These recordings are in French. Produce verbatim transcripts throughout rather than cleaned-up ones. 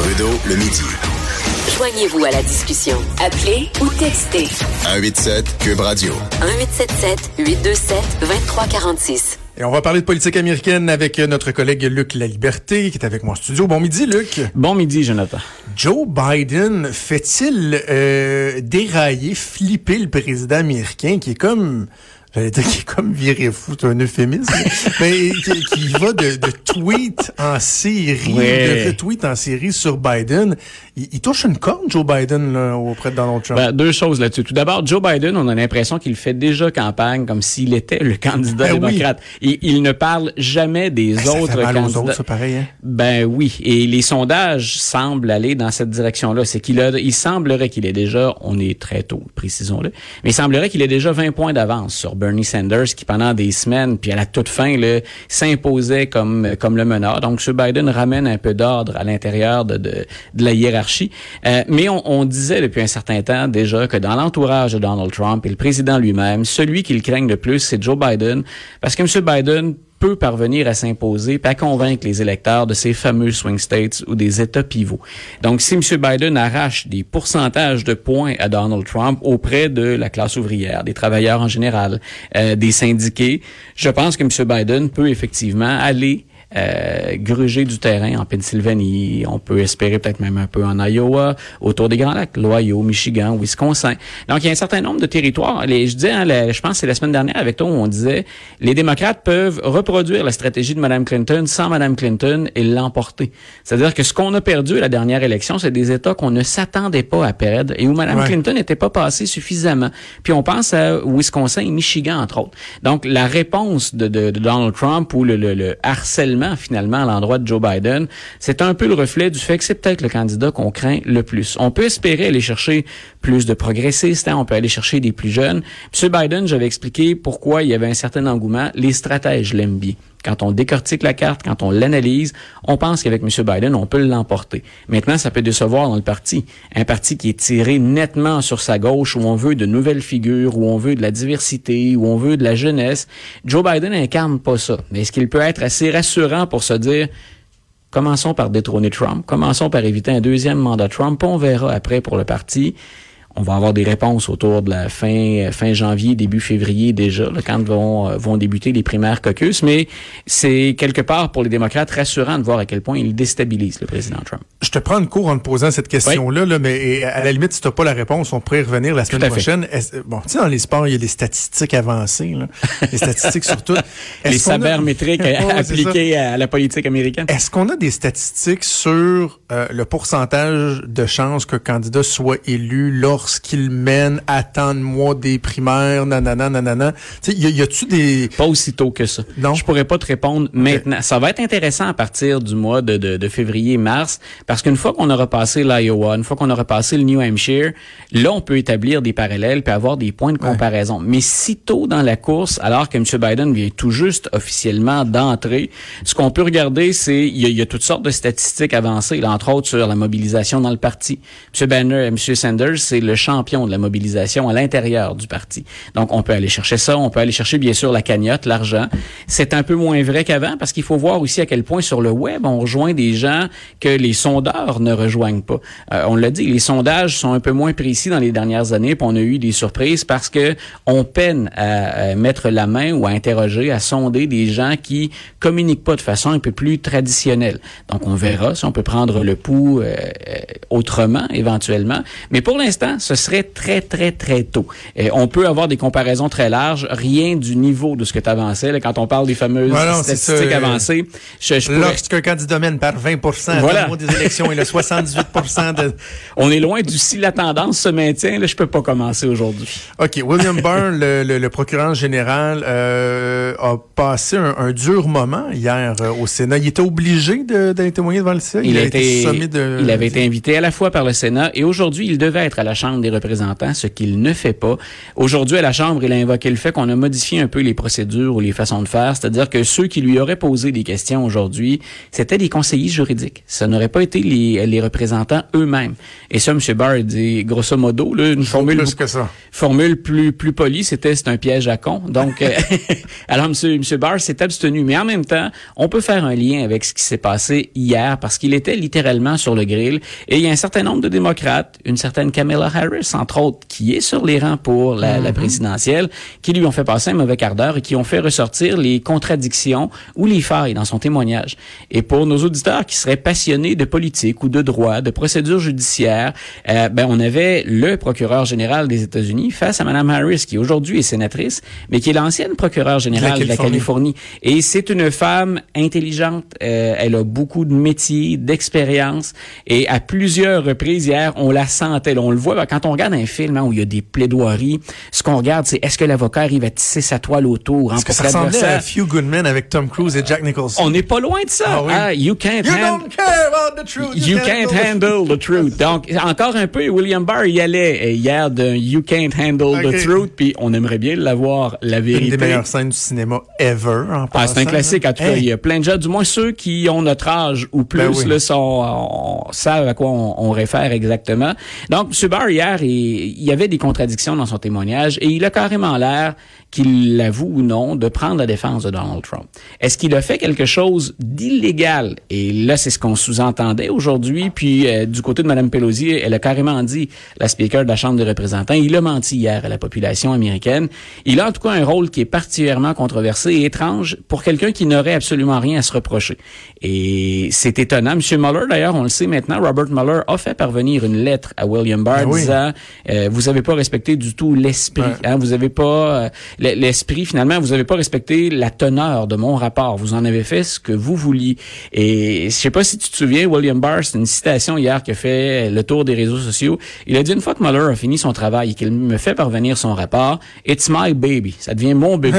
Trudeau, le midi. Joignez-vous à la discussion. Appelez ou textez. un huit sept Cube Radio. un huit sept sept huit deux sept deux trois quatre six. Et on va parler de politique américaine avec notre collègue Luc Laliberté, qui est avec moi en studio. Bon midi, Luc. Bon midi, Jonathan. Joe Biden fait-il euh, dérailler, flipper le président américain, qui est comme... J'allais dire qu'il est comme viré fou, c'est un euphémisme, mais qui, qui va de, de tweet en série, ouais. de retweet en série sur Biden. Il, il touche une corde, Joe Biden, là, auprès de Donald Trump. Ben, deux choses là-dessus. Tout d'abord, Joe Biden, on a l'impression qu'il fait déjà campagne comme s'il était le candidat ben démocrate. Oui. Et il ne parle jamais des ben, autres ça fait mal candidats. Aux autres, ça, pareil, hein? Ben oui. Et les sondages semblent aller dans cette direction-là. C'est qu'il a, il semblerait qu'il ait déjà, on est très tôt, précisons-le, mais il semblerait qu'il ait déjà vingt points d'avance sur Bernie Sanders, qui pendant des semaines, puis à la toute fin, là, s'imposait comme comme le meneur. Donc, M. Biden ramène un peu d'ordre à l'intérieur de, de, de la hiérarchie. Euh, mais on, on disait depuis un certain temps déjà que dans l'entourage de Donald Trump et le président lui-même, celui qu'il craigne le plus, c'est Joe Biden, parce que M. Biden peut parvenir à s'imposer et à convaincre les électeurs de ces fameux swing states ou des États pivots. Donc, si M. Biden arrache des pourcentages de points à Donald Trump auprès de la classe ouvrière, des travailleurs en général, euh, des syndiqués, je pense que M. Biden peut effectivement aller Euh, gruger du terrain en Pennsylvanie. On peut espérer peut-être même un peu en Iowa, autour des Grands Lacs, l'Ohio, Michigan, Wisconsin. Donc, il y a un certain nombre de territoires. Les, je disais, hein, la, je pense que c'est la semaine dernière avec toi où on disait, les démocrates peuvent reproduire la stratégie de Mme Clinton sans Mme Clinton et l'emporter. C'est-à-dire que ce qu'on a perdu à la dernière élection, c'est des États qu'on ne s'attendait pas à perdre et où Mme ouais. Clinton n'était pas passée suffisamment. Puis on pense à Wisconsin et Michigan, entre autres. Donc, la réponse de, de, de Donald Trump ou le, le, le harcèlement finalement à l'endroit de Joe Biden, c'est un peu le reflet du fait que c'est peut-être le candidat qu'on craint le plus. On peut espérer aller chercher plus de progressistes, hein, on peut aller chercher des plus jeunes. M. Biden, j'avais expliqué pourquoi il y avait un certain engouement. Les stratèges l'aiment bien. Quand on décortique la carte, quand on l'analyse, on pense qu'avec M. Biden, on peut l'emporter. Maintenant, ça peut décevoir dans le parti. Un parti qui est tiré nettement sur sa gauche, où on veut de nouvelles figures, où on veut de la diversité, où on veut de la jeunesse. Joe Biden incarne pas ça. Mais est-ce qu'il peut être assez rassurant pour se dire, commençons par détrôner Trump, commençons par éviter un deuxième mandat Trump, on verra après pour le parti. On va avoir des réponses autour de la fin fin janvier, début février déjà, là, quand vont euh, vont débuter les primaires caucus. Mais c'est quelque part pour les démocrates rassurant de voir à quel point ils déstabilisent le président Trump. Je te prends une cour en te posant cette question-là, oui. là, mais à la limite, si tu n'as pas la réponse, on pourrait y revenir la semaine prochaine. Bon, tu sais, dans les sports, il y a des statistiques avancées, là. Les statistiques surtout. Les sabermétriques oh, appliquées à la politique américaine. Est-ce qu'on a des statistiques sur euh, le pourcentage de chances qu'un candidat soit élu lors qu'il mène à tant de mois des primaires, nanana, nanana. Tu sais, y, y a-tu des... Pas aussitôt que ça. Non. Je pourrais pas te répondre okay. maintenant. Ça va être intéressant à partir du mois de, de, de février-mars, parce qu'une fois qu'on aura passé l'Iowa, une fois qu'on aura passé le New Hampshire, là, on peut établir des parallèles puis avoir des points de comparaison. Ouais. Mais si tôt dans la course, alors que M. Biden vient tout juste officiellement d'entrer, ce qu'on peut regarder, c'est, il y, y a toutes sortes de statistiques avancées, là, entre autres sur la mobilisation dans le parti. M. Banner et M. Sanders, c'est le champion de la mobilisation à l'intérieur du parti. Donc, on peut aller chercher ça. On peut aller chercher, bien sûr, la cagnotte, l'argent. C'est un peu moins vrai qu'avant parce qu'il faut voir aussi à quel point sur le web, on rejoint des gens que les sondeurs ne rejoignent pas. Euh, on l'a dit, les sondages sont un peu moins précis dans les dernières années, puis on a eu des surprises parce que on peine à, à mettre la main ou à interroger, à sonder des gens qui communiquent pas de façon un peu plus traditionnelle. Donc, on verra si on peut prendre le pouls euh, autrement, éventuellement. Mais pour l'instant, ce serait très, très, très tôt. Et on peut avoir des comparaisons très larges, rien du niveau de ce que tu avançais. Là, quand on parle des fameuses voilà, statistiques ça, avancées. Je, je pourrais... Lorsqu'un candidat mène par vingt pour cent voilà. au moment des élections et le soixante-dix-huit pour cent de... On est loin du si la tendance se maintient. Là, je peux pas commencer aujourd'hui. OK. William Barr, le, le, le procureur général, euh, a passé un, un dur moment hier euh, au Sénat. Il était obligé d'aller témoigner devant le Sénat. Il, il a été, été sommé de... Il avait été invité à la fois par le Sénat et aujourd'hui, il devait être à la Chambre Chambre des représentants, ce qu'il ne fait pas. Aujourd'hui, à la Chambre, il a invoqué le fait qu'on a modifié un peu les procédures ou les façons de faire, c'est-à-dire que ceux qui lui auraient posé des questions aujourd'hui, c'était des conseillers juridiques. Ça n'aurait pas été les, les représentants eux-mêmes. Et ça, M. Barr dit, grosso modo, là, une formule plus que ça. Formule plus plus polie, c'était c'est un piège à con. Donc, euh, alors M. M. Barr s'est abstenu. Mais en même temps, on peut faire un lien avec ce qui s'est passé hier parce qu'il était littéralement sur le grill. Et il y a un certain nombre de démocrates, une certaine Kamala Harris, entre autres, qui est sur les rangs pour la, mm-hmm. la présidentielle, qui lui ont fait passer un mauvais quart d'heure et qui ont fait ressortir les contradictions ou les failles dans son témoignage. Et pour nos auditeurs qui seraient passionnés de politique ou de droit, de procédure judiciaire, euh, ben on avait le procureur général des États-Unis face à Mme Harris, qui aujourd'hui est sénatrice, mais qui est l'ancienne procureure générale de la Californie. De la Californie. Et c'est une femme intelligente. Euh, elle a beaucoup de métiers, d'expérience. Et à plusieurs reprises hier, on la sentait. Là, on le voit quand on regarde un film hein, où il y a des plaidoiries. Ce qu'on regarde, c'est est-ce que l'avocat arrive à tisser sa toile autour. Est-ce que ça ressemblait à Few Good Men avec Tom Cruise et Jack Nicholson? On n'est pas loin de ça. Ah, oui. ah, you can't, you hand... don't care about the truth. You, you can't, can't handle the truth. Donc, encore un peu, William Barr y allait hier d'un You can't handle okay. the truth, puis on aimerait bien l'avoir, la vérité. Une des meilleures scènes du cinéma ever, en ah, c'est un classique, là. En tout cas. Hey. Il y a plein de gens, du moins ceux qui ont notre âge ou plus, ben oui. là, sont, on, savent à quoi on, on réfère exactement. Donc, M. Barr, hier, il, il y avait des contradictions dans son témoignage et il a carrément l'air, qu'il l'avoue ou non, de prendre la défense de Donald Trump. Est-ce qu'il a fait quelque chose d'illégal? Et là, c'est ce qu'on sous-entendait aujourd'hui. Puis, euh, du côté de Mme Pelosi, elle a carrément dit, la speaker de la Chambre des représentants, il a menti hier à la population américaine. Il a en tout cas un rôle qui est particulièrement controversé et étrange pour quelqu'un qui n'aurait absolument rien à se reprocher. Et c'est étonnant. M. Mueller, d'ailleurs, on le sait maintenant, Robert Mueller a fait parvenir une lettre à William Barr oui. disant euh, vous avez pas respecté du tout l'esprit. Ouais. Hein, vous avez pas... Euh, l'esprit, finalement, vous n'avez pas respecté la teneur de mon rapport. Vous en avez fait ce que vous vouliez. Et je sais pas si tu te souviens, William Barr, c'est une citation hier qui a fait le tour des réseaux sociaux. Il a dit une fois que Mueller a fini son travail et qu'il me fait parvenir son rapport, « It's my baby ». Ça devient mon bébé.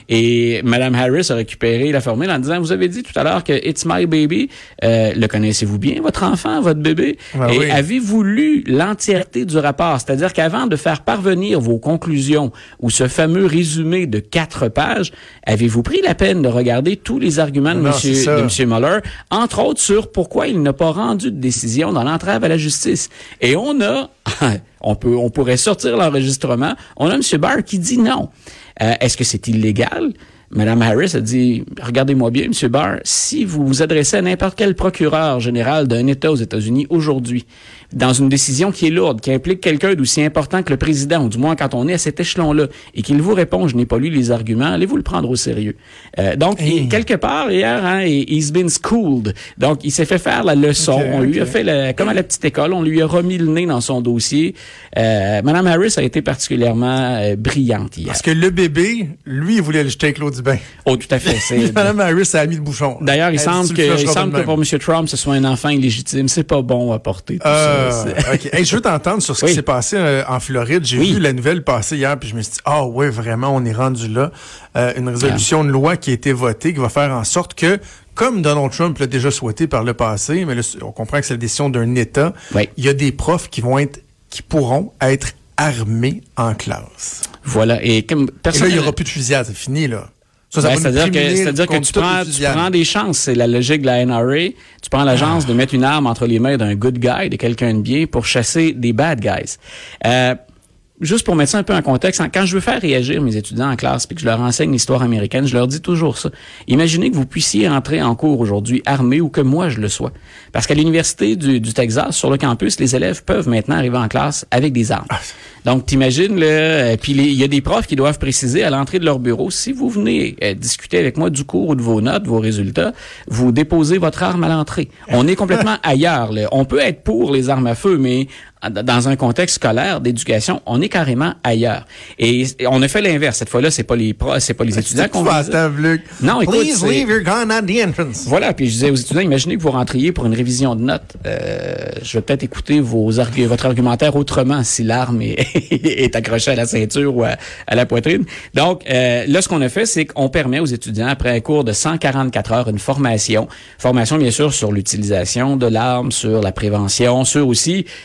Et Mme Harris a récupéré la formule en disant, vous avez dit tout à l'heure que « It's my baby euh, ». Le connaissez-vous bien, votre enfant, votre bébé? Ah, et oui. Avez-vous lu l'entièreté du rapport? C'est-à-dire qu'avant de faire parvenir vos conclusions ou ce fameux résumé de quatre pages, avez-vous pris la peine de regarder tous les arguments de non, monsieur, de monsieur Mueller, entre autres sur pourquoi il n'a pas rendu de décision dans l'entrave à la justice? Et on a, on peut, on pourrait sortir l'enregistrement, on a M. Barr qui dit non. Euh, est-ce que c'est illégal? Mme Harris a dit, regardez-moi bien, M. Barr, si vous vous adressez à n'importe quel procureur général d'un État aux États-Unis aujourd'hui, dans une décision qui est lourde, qui implique quelqu'un d'aussi important que le président, ou du moins quand on est à cet échelon-là, et qu'il vous répond, je n'ai pas lu les arguments, allez-vous le prendre au sérieux. Euh, donc, hey. il, quelque part, hier, hein, he's been schooled. Donc, il s'est fait faire la leçon. Okay, on lui okay. a fait, la, comme à la petite école, on lui a remis le nez dans son dossier. Euh, Mme Harris a été particulièrement euh, brillante hier. Parce que le bébé, lui, il voulait le jeter avec l'eau du bain. Oh, tout à fait. C'est... Mme Harris a mis le bouchon. D'ailleurs, il semble, que, il semble que pour M. Trump, ce soit un enfant illégitime. C'est pas bon à porter tout euh... ça. OK. Hey, je veux t'entendre sur ce oui. qui s'est passé euh, en Floride. J'ai oui. vu la nouvelle passer hier, puis je me suis dit, ah oh, ouais, vraiment, on est rendu là. Euh, une résolution ah. de loi qui a été votée, qui va faire en sorte que, comme Donald Trump l'a déjà souhaité par le passé, mais là, on comprend que c'est la décision d'un État, oui. il y a des profs qui vont être, qui pourront être armés en classe. Voilà. Et comme personne. Et là, il n'y aura plus de fusillade, c'est fini, là. Ça, ça ben, c'est-à-dire que, c'est-à-dire que tu prends, tu prends des chances. C'est la logique de la N R A. Tu prends la chance ah. de mettre une arme entre les mains d'un good guy, de quelqu'un de bien, pour chasser des bad guys. Euh, Juste pour mettre ça un peu en contexte, quand je veux faire réagir mes étudiants en classe puis que je leur enseigne l'histoire américaine, je leur dis toujours ça. Imaginez que vous puissiez entrer en cours aujourd'hui armé ou que moi je le sois. Parce qu'à l'Université du, du Texas, sur le campus, les élèves peuvent maintenant arriver en classe avec des armes. Donc, t'imagines, là, puis il y a des profs qui doivent préciser à l'entrée de leur bureau, si vous venez euh, discuter avec moi du cours ou de vos notes, vos résultats, vous déposez votre arme à l'entrée. On est complètement ailleurs, là. On peut être pour les armes à feu, mais dans un contexte scolaire, d'éducation, on est carrément ailleurs. Et on a fait l'inverse. Cette fois-là, c'est pas les pros, c'est pas les étudiants qu'on va Non, écoute, Please leave your gun at the entrance. Voilà, puis je disais aux étudiants, imaginez que vous rentriez pour une révision de notes. Euh, je vais peut-être écouter vos argu- votre argumentaire autrement si l'arme est, est accrochée à la ceinture ou à, à la poitrine. Donc, euh, là, ce qu'on a fait, c'est qu'on permet aux étudiants, après un cours de cent quarante-quatre heures, une formation. Formation, bien sûr, sur l'utilisation de l'arme, sur la prévention, sur aussi, finalement,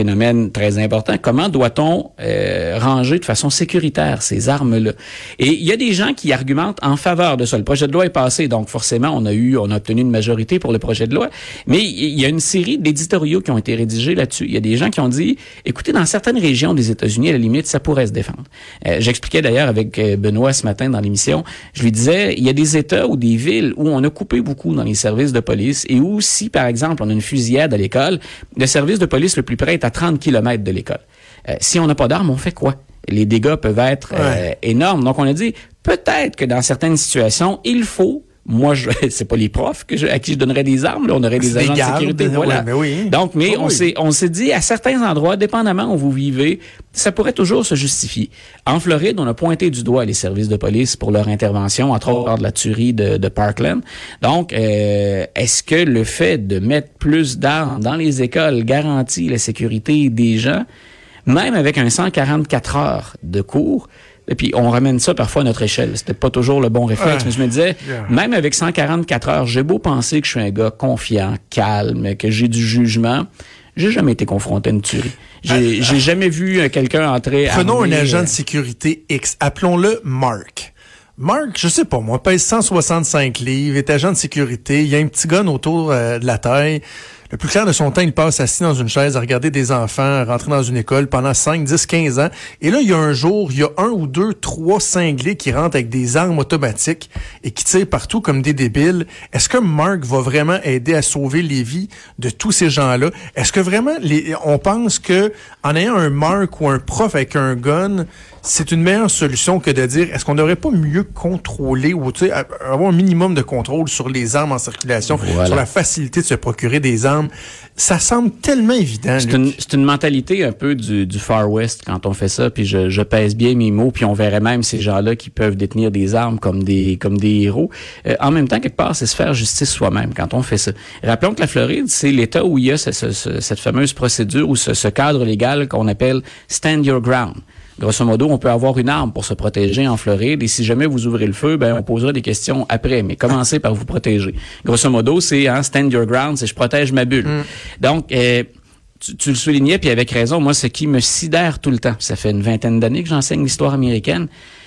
phénomène très important. Comment doit-on euh, ranger de façon sécuritaire ces armes-là? Et il y a des gens qui argumentent en faveur de ça. Le projet de loi est passé, donc forcément, on a eu, on a obtenu une majorité pour le projet de loi. Mais il y a une série d'éditoriaux qui ont été rédigés là-dessus. Il y a des gens qui ont dit, écoutez, dans certaines régions des États-Unis, à la limite, ça pourrait se défendre. Euh, j'expliquais d'ailleurs avec euh, Benoît ce matin dans l'émission, je lui disais, il y a des États ou des villes où on a coupé beaucoup dans les services de police et où, si, par exemple, on a une fusillade à l'école, le service de police le plus près est à trente kilomètres de l'école. Euh, si on n'a pas d'armes, on fait quoi? Les dégâts peuvent être euh, ouais. énormes. Donc, on a dit, peut-être que dans certaines situations, il faut Moi, je, c'est pas les profs que je, à qui je donnerais des armes. Là, on aurait des agents de sécurité. Voilà. Ouais, mais oui. Donc, mais oh, on oui. s'est, on s'est dit à certains endroits, dépendamment où vous vivez, ça pourrait toujours se justifier. En Floride, on a pointé du doigt les services de police pour leur intervention, entre autres lors de la tuerie de, de Parkland. Donc, euh, est-ce que le fait de mettre plus d'armes dans les écoles garantit la sécurité des gens, même avec un cent quarante-quatre heures de cours? Et puis, on ramène ça parfois à notre échelle. C'était pas toujours le bon réflexe, ouais. mais je me disais, yeah. même avec cent quarante-quatre heures, j'ai beau penser que je suis un gars confiant, calme, que j'ai du jugement, j'ai jamais été confronté à une tuerie. J'ai, ah, j'ai jamais vu quelqu'un entrer... Prenons armé, un agent euh... de sécurité X, appelons-le Mark. Mark, je sais pas moi, pèse cent soixante-cinq livres, est agent de sécurité, il y a un petit gun autour euh, de la taille. Le plus clair de son temps, il passe assis dans une chaise à regarder des enfants rentrer dans une école pendant cinq, dix, quinze ans. Et là, il y a un jour, il y a un ou deux, trois cinglés qui rentrent avec des armes automatiques et qui tirent partout comme des débiles. Est-ce que Mark va vraiment aider à sauver les vies de tous ces gens-là? Est-ce que vraiment, les, on pense que en ayant un Mark ou un prof avec un gun, c'est une meilleure solution que de dire, est-ce qu'on n'aurait pas mieux contrôler ou tu sais, avoir un minimum de contrôle sur les armes en circulation, voilà. sur la facilité de se procurer des armes? Ça semble tellement évident. C'est une, c'est une mentalité un peu du, du Far West quand on fait ça, puis je, je pèse bien mes mots, puis on verrait même ces gens-là qui peuvent détenir des armes comme des comme des héros. Euh, en même temps, quelque part, c'est se faire justice soi-même quand on fait ça. Rappelons que la Floride, c'est l'État où il y a ce, ce, ce, cette fameuse procédure ou ce, ce cadre légal qu'on appelle « stand your ground ». Grosso modo, on peut avoir une arme pour se protéger en Floride et si jamais vous ouvrez le feu, ben on posera des questions après, mais commencez par vous protéger. Grosso modo, c'est hein, stand your ground, c'est je protège ma bulle. Mm. Donc, euh, tu, tu le soulignais, puis avec raison, moi, ce qui me sidère tout le temps, ça fait une vingtaine d'années que j'enseigne l'histoire américaine,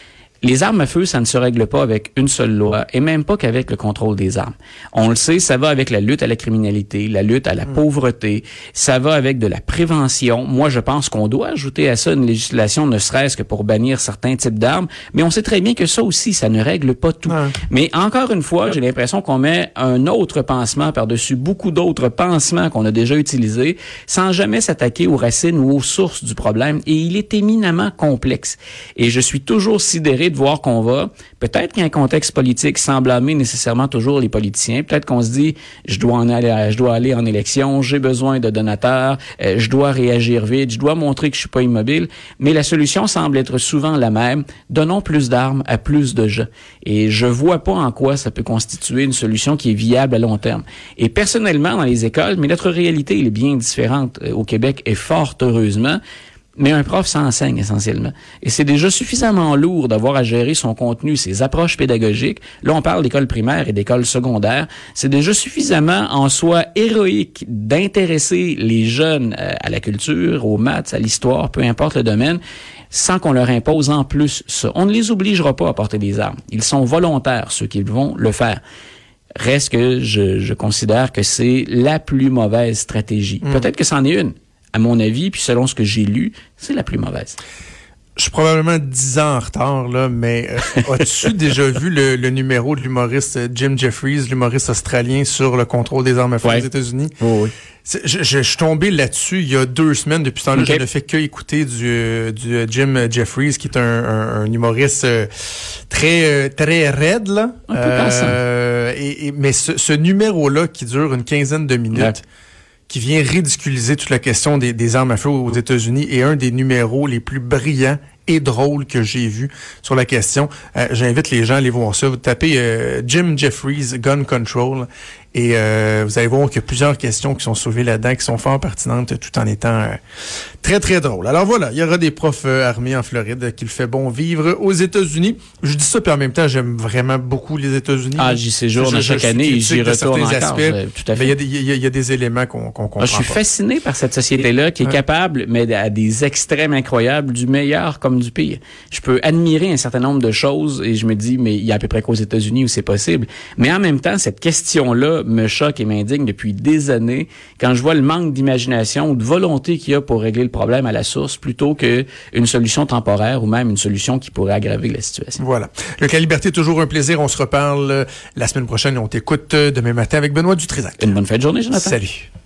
les armes à feu, ça ne se règle pas avec une seule loi et même pas qu'avec le contrôle des armes. On le sait, ça va avec la lutte à la criminalité, la lutte à la mmh. pauvreté, ça va avec de la prévention. Moi, je pense qu'on doit ajouter à ça une législation, ne serait-ce que pour bannir certains types d'armes, mais on sait très bien que ça aussi, ça ne règle pas tout. Mmh. Mais encore une fois, j'ai l'impression qu'on met un autre pansement par-dessus beaucoup d'autres pansements qu'on a déjà utilisés, sans jamais s'attaquer aux racines ou aux sources du problème, et il est éminemment complexe. Et je suis toujours sidéré de voir qu'on va, peut-être qu'il y a un contexte politique sans blâmer nécessairement toujours les politiciens, peut-être qu'on se dit, je dois en aller, je dois aller en élection, j'ai besoin de donateurs, euh, je dois réagir vite, je dois montrer que je suis pas immobile, mais la solution semble être souvent la même, donnons plus d'armes à plus de gens. Et je vois pas en quoi ça peut constituer une solution qui est viable à long terme. Et personnellement, dans les écoles, mais notre réalité elle est bien différente euh, au Québec et fort heureusement, mais un prof, ça enseigne essentiellement. Et c'est déjà suffisamment lourd d'avoir à gérer son contenu, ses approches pédagogiques. Là, on parle d'école primaire et d'école secondaire. C'est déjà suffisamment en soi héroïque d'intéresser les jeunes à la culture, aux maths, à l'histoire, peu importe le domaine, sans qu'on leur impose en plus ça. On ne les obligera pas à porter des armes. Ils sont volontaires, ceux qui vont le faire. Reste que je, je considère que c'est la plus mauvaise stratégie. Mmh. Peut-être que c'en est une. À mon avis, puis selon ce que j'ai lu, c'est la plus mauvaise. Je suis probablement dix ans en retard, là, mais euh, as-tu déjà vu le, le numéro de l'humoriste Jim Jeffries, l'humoriste australien, sur le contrôle des armes à feu ouais. aux États-Unis? Oh, oui. C'est, je, je, je suis tombé là-dessus il y a deux semaines. Depuis ce temps-là, okay. je ne fais que écouter du, du Jim Jeffries, qui est un, un, un humoriste euh, très très raide, là. Un peu euh, et, et, mais ce, ce numéro-là, qui dure une quinzaine de minutes, ouais. qui vient ridiculiser toute la question des, des armes à feu aux États-Unis, est un des numéros les plus brillants et drôles que j'ai vus sur la question. Euh, j'invite les gens à aller voir ça. Vous tapez euh, Jim Jeffries Gun Control et euh, vous allez voir qu'il y a plusieurs questions qui sont soulevées là-dedans, qui sont fort pertinentes tout en étant euh, très, très drôles. Alors voilà, il y aura des profs euh, armés en Floride qui le fait bon vivre aux États-Unis. Je dis ça, puis en même temps, j'aime vraiment beaucoup les États-Unis. Ah, j'y séjourne à chaque année et j'y retourne encore. Aspects, tout à fait. Il y a des, il y a, il y a des éléments qu'on, qu'on comprend ah, je suis pas. fasciné par cette société-là qui est ouais. capable, mais à des extrêmes incroyables, du meilleur comme du pire. Je peux admirer un certain nombre de choses et je me dis, mais il y a à peu près qu'aux États-Unis où c'est possible. Mais en même temps, cette question-là me choque et m'indigne depuis des années quand je vois le manque d'imagination ou de volonté qu'il y a pour régler le problème à la source plutôt qu'une solution temporaire ou même une solution qui pourrait aggraver la situation. Voilà. Le cas Liberté, toujours un plaisir. On se reparle la semaine prochaine et on t'écoute demain matin avec Benoît Dutrisac. Une bonne fin de journée, Jonathan. Salut.